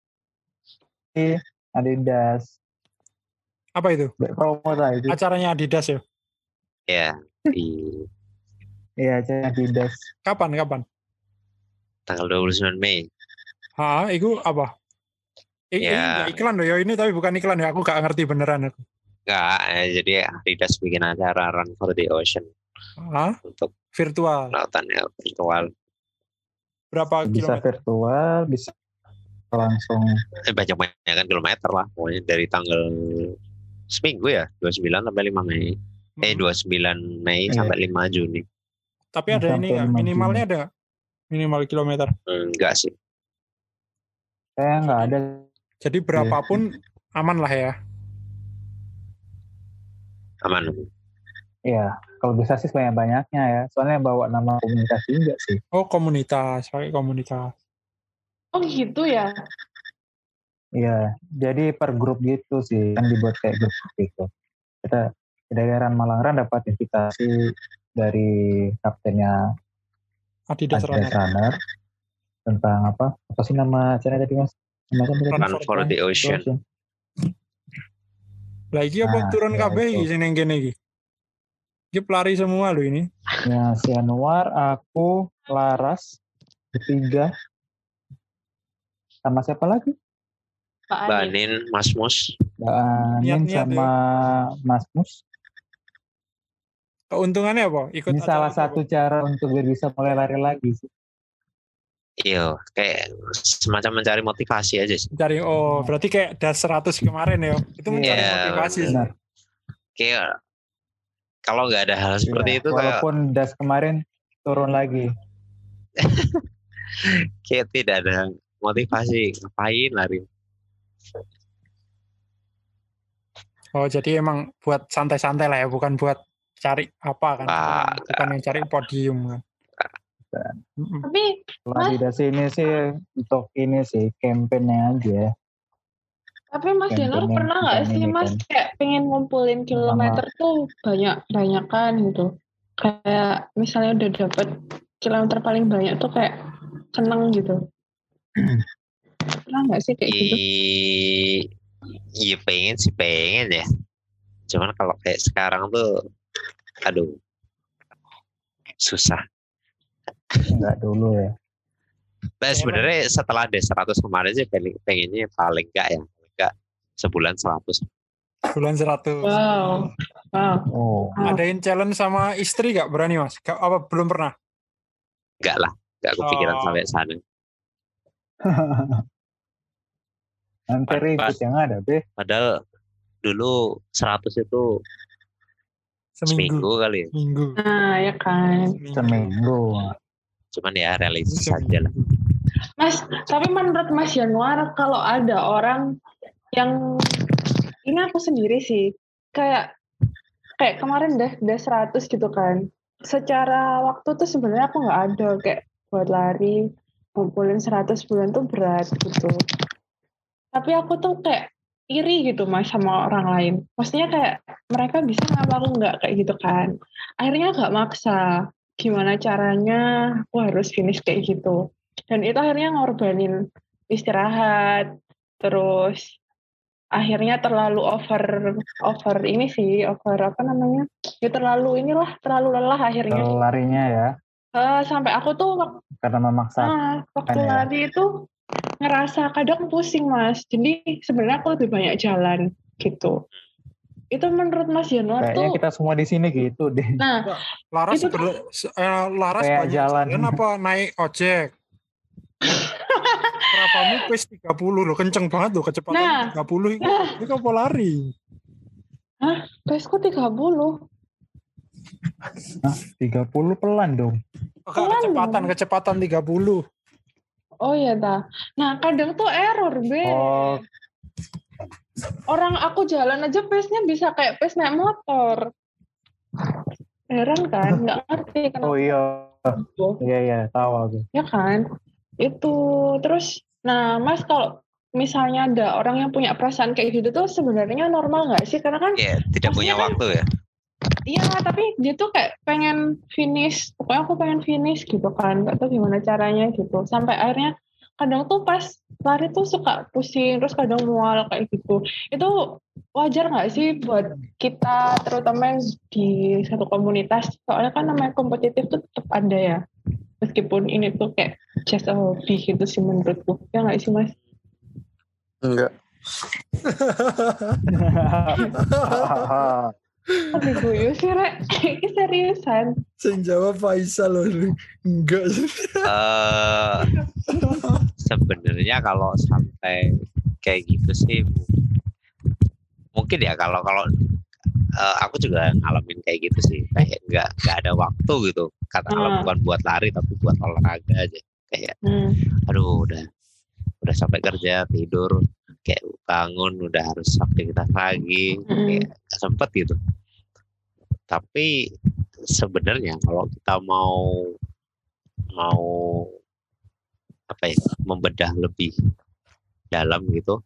Adidas. Apa itu? Promo tadi. Acaranya Adidas ya. Ya, di Iya, Adidas. Kapan? tanggal 29 Mei. Itu apa? Ini Ya. nggak iklan loh ya, ini tapi bukan iklan ya, aku gak ngerti beneran. Enggak, jadi Adidas bikin acara Run for the Ocean untuk Virtual. lautannya virtual. Berapa Bisa kilometer? virtual, bisa langsung. Banyak-banyak kilometer lah, pokoknya dari tanggal seminggu ya, 29 sampai 5 Mei. 29 Mei Iya. sampai 5 Juni. Tapi ada Sampai ini nggak? 5 Minimalnya ada nggak? Minimal kilometer. Enggak sih. Saya nggak ada. Jadi berapapun aman lah ya. Aman. Iya, kalau bisa sih banyak-banyaknya ya. Soalnya bawa nama komunitas juga sih. Oh, komunitas, pakai komunitas. Oh gitu ya. Iya, jadi per grup gitu sih, kan dibuat kayak grup gitu. Kita di daerah Malangran dapat invitasi dari kaptennya Adidas Adidas Runner. Runner tentang apa? Apa sih nama acara tadi Mas? Nama apa tadi? Run Run for the Ocean. Lah iki apa Nah, turun ya kabeh itu. iki sing ning kene iki. Iki pelari semua loh ini. Ya, si Anwar, aku, Laras, bertiga, sama siapa lagi? Pak Anin. Banin, Mas Mus. Mbak Anin Niat-niat sama Mas Mus. Keuntungannya apa? Ikut Ini salah acara satu apa? cara untuk biar bisa mulai lari lagi sih. Iya, kayak semacam mencari motivasi aja sih. Cari berarti kayak das 100 kemarin ya. Itu mencari Iya, motivasi sih. Benar. Kayak kalau nggak ada hal seperti Iya, itu kayak, walaupun das kemarin turun lagi. kayak tidak ada motivasi, ngapain lari. Oh, jadi emang buat santai-santai lah ya, bukan buat cari apa kan. Bukan yang cari podium kan. Mm-mm. Tapi Kalau Adidas ini sih untuk ini sih campaign-nya aja. Mas Januar Campaign pernah nggak event sih ini Mas kan. kayak pengen ngumpulin kilometer tuh banyak-banyakan gitu. Kayak misalnya udah dapet kilometer paling banyak tuh kayak seneng gitu. Pernah nggak sih kayak gitu? Iya pengen ya. Cuman kalau kayak sekarang tuh, aduh, susah. Enggak dulu ya. Nah, sebenarnya setelah D100 kemarin sih pengennya paling enggak sebulan 100. Bulan 100. Wow. Oh, Adain challenge sama istri gak berani Mas? Apa belum pernah? Enggak lah, enggak kepikiran sampai sana. nanti ribut yang ada, Be. Padahal dulu 100 itu seminggu kali ya. Seminggu. Nah, ya kan. Seminggu. Cuman ya realistis saja lah. Mas, tapi menurut Mas Januar kalau ada orang yang ini aku sendiri sih kayak kemarin udah 100 gitu kan. Secara waktu tuh sebenarnya aku nggak ada kayak buat lari ngumpulin 100 bulan tuh berat gitu. Tapi aku tuh kayak iri gitu Mas sama orang lain. Maksudnya kayak mereka bisa kenapa aku nggak kayak gitu kan. Akhirnya nggak maksa. Gimana caranya aku harus finish kayak gitu. Dan itu akhirnya ngorbanin istirahat. Terus akhirnya terlalu over ini sih, over apa namanya? Ya terlalu lelah akhirnya. Larinya ya. Sampai aku tuh Karena memaksa. waktu lari itu ngerasa kadang pusing Mas. Jadi sebenarnya aku lebih banyak jalan gitu. Itu menurut Mas Januar Kayaknya tuh. kita semua di sini gitu deh. Nah, Laras itu Laras kayak banyak jalan. apa naik ojek? Berapanya pace 30 loh, kenceng banget loh kecepatan 30 itu apa lari? Hah? Paceku 30. Hah, 30 pelan dong. Kecepatan 30. Oh iya dah. Nah kadang tuh error Be. Oh. Orang aku jalan aja pace-nya bisa kayak pace naik motor. Heran kan? Nggak ngerti kenapa. Oh iya. Iya, tahu aku. Ya kan? Itu. Terus, nah Mas kalau misalnya ada orang yang punya perasaan kayak gitu tuh sebenarnya normal nggak sih? Karena kan tidak punya waktu ya. Iya, tapi dia tuh kayak pengen finish. Pokoknya aku pengen finish gitu kan. Gak tahu gimana caranya gitu. Sampai akhirnya kadang tuh pas lari tuh suka pusing. Terus kadang mual kayak gitu. Itu wajar gak sih buat kita terutama di satu komunitas. Soalnya kan namanya kompetitif tuh tetap ada ya. Meskipun ini tuh kayak just a hobby gitu sih menurutku. Ya gak sih Mas? Enggak. Tapi guyu sih Rek. Ini seriusan. Sing jawab Faisal loh. Enggak. Sebenarnya kalau sampai kayak gitu sih mungkin ya kalau aku juga ngalamin kayak gitu sih, kayak nggak ada waktu gitu katakanlah bukan buat lari tapi buat olahraga aja kayak aduh udah sampai kerja tidur kayak bangun udah harus aktivitas lagi kayak gak sempet gitu. Tapi sebenarnya kalau kita mau membedah lebih dalam gitu,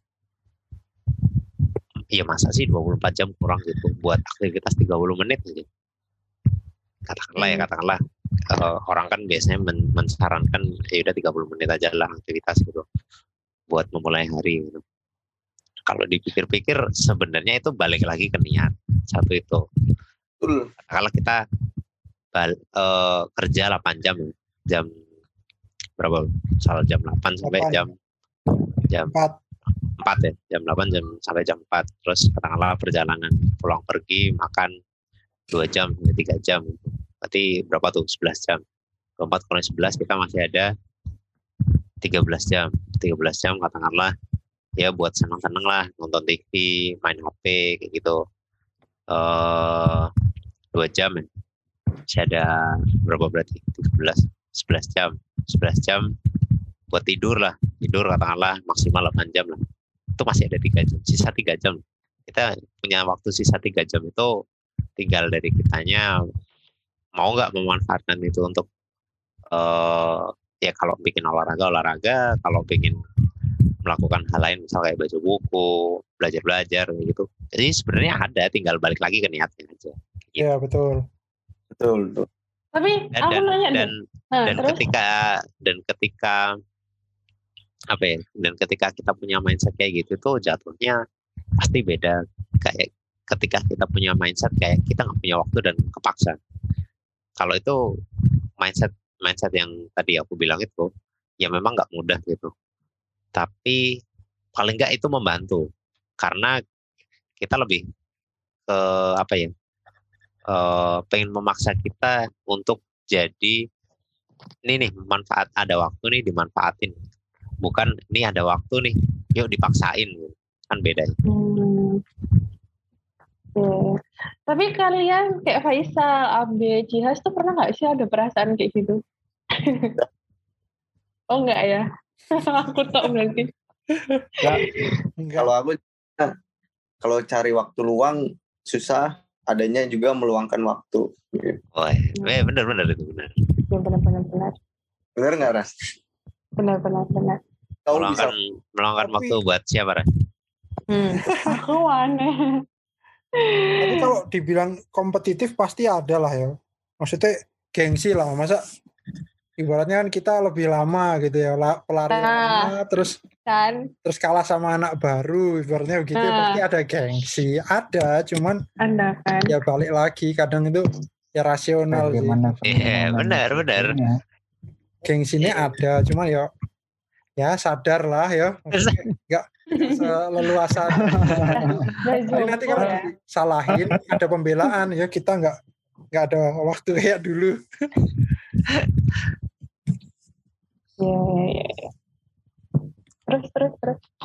ya masa sih 24 jam kurang gitu buat aktivitas 30 menit gitu. Katakanlah orang kan biasanya mensarankan ya udah 30 menit aja lah aktivitas gitu buat memulai hari gitu. Kalau dipikir-pikir sebenarnya itu balik lagi ke niat. Satu itu. Kalau kita kerja 8 jam berapa? Salah jam 8 sampai jam 4. 4 ya. Jam 8 sampai jam 4. Terus katakanlah perjalanan pulang pergi makan 2 jam sampai 3 jam. Berarti berapa tuh? 11 jam. 4 kurang 11 kita masih ada 13 jam. 13 jam katakanlah ya buat senang-senang lah, nonton TV, main HP kayak gitu. 2 jam ya. Masih ada berapa berarti? 11 jam. 11 jam buat tidur lah. Tidur katakanlah maksimal 8 jam lah. Itu masih ada 3 jam. Sisa 3 jam. Kita punya waktu sisa 3 jam itu tinggal dari kitanya mau nggak memanfaatkan itu untuk ya kalau bikin olahraga, kalau bikin melakukan hal lain misal kayak baca buku, belajar gitu. Jadi sebenarnya ada, tinggal balik lagi ke niatnya aja. Gitu. Iya betul. Tapi aku nanya ketika kita punya mindset kayak gitu tuh jatuhnya pasti beda. Kayak ketika kita punya mindset kayak kita nggak punya waktu dan kepaksa. Kalau itu mindset yang tadi aku bilang itu ya memang nggak mudah gitu. Tapi paling nggak itu membantu karena kita lebih ke pengen memaksa kita untuk jadi ini nih manfaat, ada waktu nih dimanfaatin, bukan ini ada waktu nih yuk dipaksain, kan beda. Tapi kalian kayak Faisal, Abe, Jihas tuh pernah nggak sih ada perasaan kayak gitu? Oh enggak ya? Aku tak berarti. Kalau cari waktu luang susah, adanya juga meluangkan waktu. Oh, benar itu benar. Ya benar. Benar nggak Ras? Benar. Meluangkan waktu buat siapa Ras? Aku aneh. Tapi kalau dibilang kompetitif pasti ada lah ya. Maksudnya gengsi lah, masa ibaratnya kan kita lebih lama gitu ya, pelari lama terus kalah sama anak baru, ibaratnya begitu pasti ada gengsi, ada, cuman ada kan. Ya balik lagi kadang itu ya rasional sih. Benar. Gengsinya ada, cuman ya sadar lah ya, enggak seleluasa. Tapi nanti kalau disalahin ada pembelaan ya, kita enggak ada waktu kayak dulu. Terus.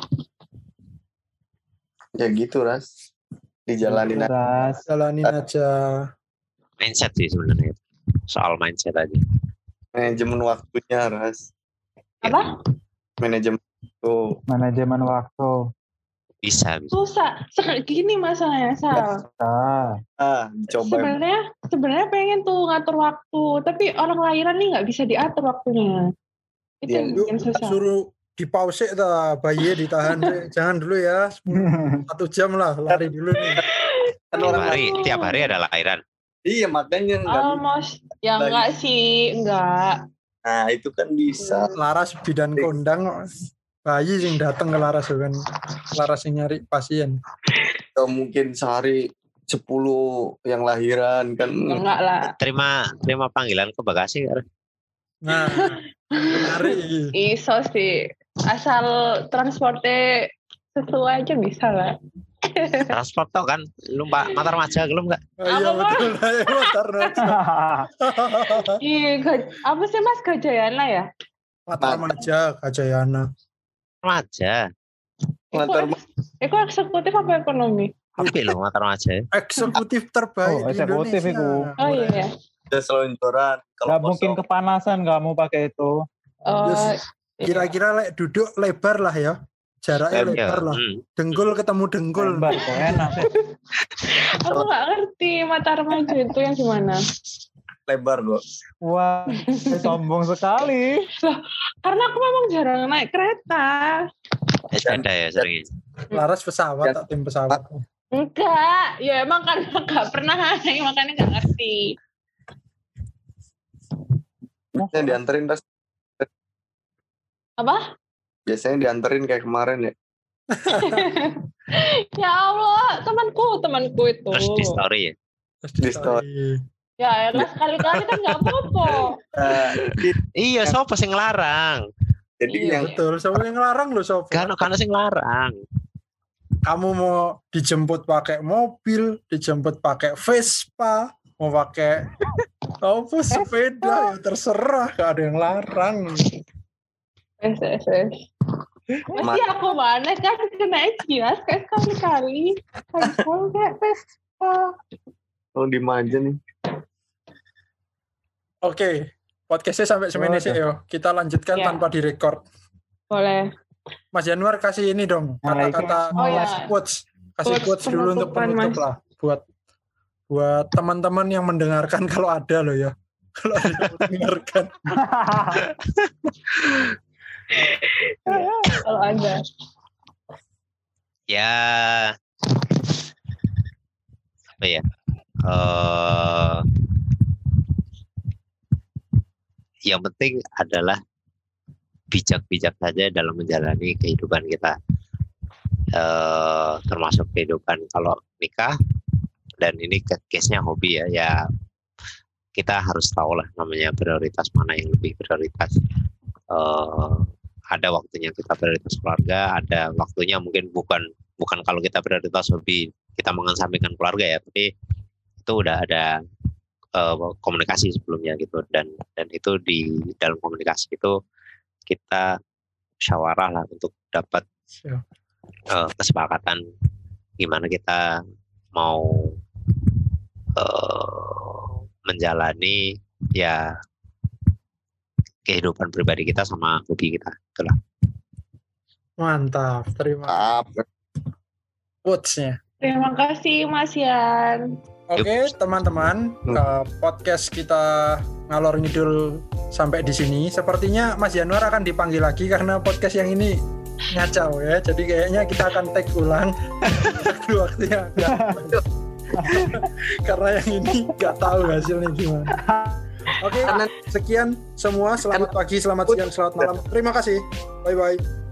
Ya gitu Ras. Dijalanin aja. Mindset sih sebenarnya. Soal mindset aja. Manajemen waktunya Ras. Apa? Manajemen waktu. Bisa. Susah. Gini masalahnya, Sal. Coba. Sebenarnya pengen tuh ngatur waktu, tapi orang lahiran nih nggak bisa diatur waktunya. Itu yang bikin susah. Suruh di pause dah, bayi ditahan. Jangan dulu ya, 1 jam lah, lari dulu nih. Tiap hari ada lahiran. Iya makanya almost ya enggak sih, enggak. Nah itu kan bisa. Laras bidan kondang, bayi yang datang ke Laras kan, Laras yang nyari pasien. Atau mungkin sehari 10 yang lahiran kan. Enggak lah. Terima panggilan ke Bekasi kan. Nah, hari. Iso sih. Asal transportnya sesuai aja bisa lah. Transport tau kan, lu Matar Maja belum nggak? Iya betul, Matar Maja. Iya, apa sih Mas, Gajayana ya? Matar Maja, Gajayana. Maja. Itu eksekutif apa ekonomi? Apa lo Matar Maja? Eksekutif terbaik di eksekutif Indonesia. Oh iya. Ada selonjoran. Gak mungkin kepanasan kamu pakai itu. Kira-kira duduk lebar lah ya. Jaraknya lebar lah. Dengkul ketemu dengkul. Lebar, enak sih. Aku nggak ngerti mata remaja itu yang gimana. Lebar kok. Wah, sombong sekali. Karena aku memang jarang naik kereta. Sepeda ya sering. Laras pesawat, tak tim pesawat. Enggak, ya emang karena nggak pernah naik makanya nggak ngerti. Biasanya dianterin Ras. Apa? Biasanya dianterin kayak kemarin ya. Ya Allah, temanku itu. Terus di story ya. Di story. Ya elah sekali-kali kan nggak apa-apa. Iya, sopo sing ngelarang. Jadi Iya. yang Betul, siapa yang ngelarang lo Sof? Kan sing ngelarang. Kamu mau dijemput pakai mobil, dijemput pakai Vespa, mau pakai apa sepeda ya terserah, gak ada yang larang. SSS. Mesti aku mana kan kena jelas kayak sekali-kali. Kalau kayak Vespa. oh, dimanja nih. Oke, podcastnya sampai semene sih yo. Kita lanjutkan Ya. tanpa direkord. Boleh. Mas Januar kasih ini dong kata-kata Oh, ya. quotes, kasih Quotes quotes dulu untuk penutupan, penutup lah buat teman-teman yang mendengarkan kalau ada loh ya. Kalau ada yang mendengarkan. Kalau ada. Ya apa ya? Yang penting adalah bijak-bijak saja dalam menjalani kehidupan kita, termasuk kehidupan kalau nikah, dan ini case-nya hobi ya kita harus tahu lah namanya prioritas mana yang lebih prioritas. Ada waktunya kita prioritas keluarga, ada waktunya mungkin bukan kalau kita prioritas hobi kita mengesampingkan keluarga ya, tapi itu udah ada komunikasi sebelumnya gitu, dan itu di dalam komunikasi itu kita musyawarah lah untuk dapat kesepakatan gimana kita mau menjalani ya kehidupan pribadi kita sama hobi kita, itulah. Mantap, terima kasih quotes-nya. Terima kasih Mas Yan. Oke, teman-teman, podcast kita ngalor ngidul sampai di sini. Sepertinya Mas Januar akan dipanggil lagi karena podcast yang ini ngacau ya. Jadi kayaknya kita akan take ulang waktu-waktunya. Karena yang ini nggak tahu hasilnya gimana. Oke, sekian semua. Selamat pagi, selamat siang, selamat malam. Terima kasih. Bye-bye.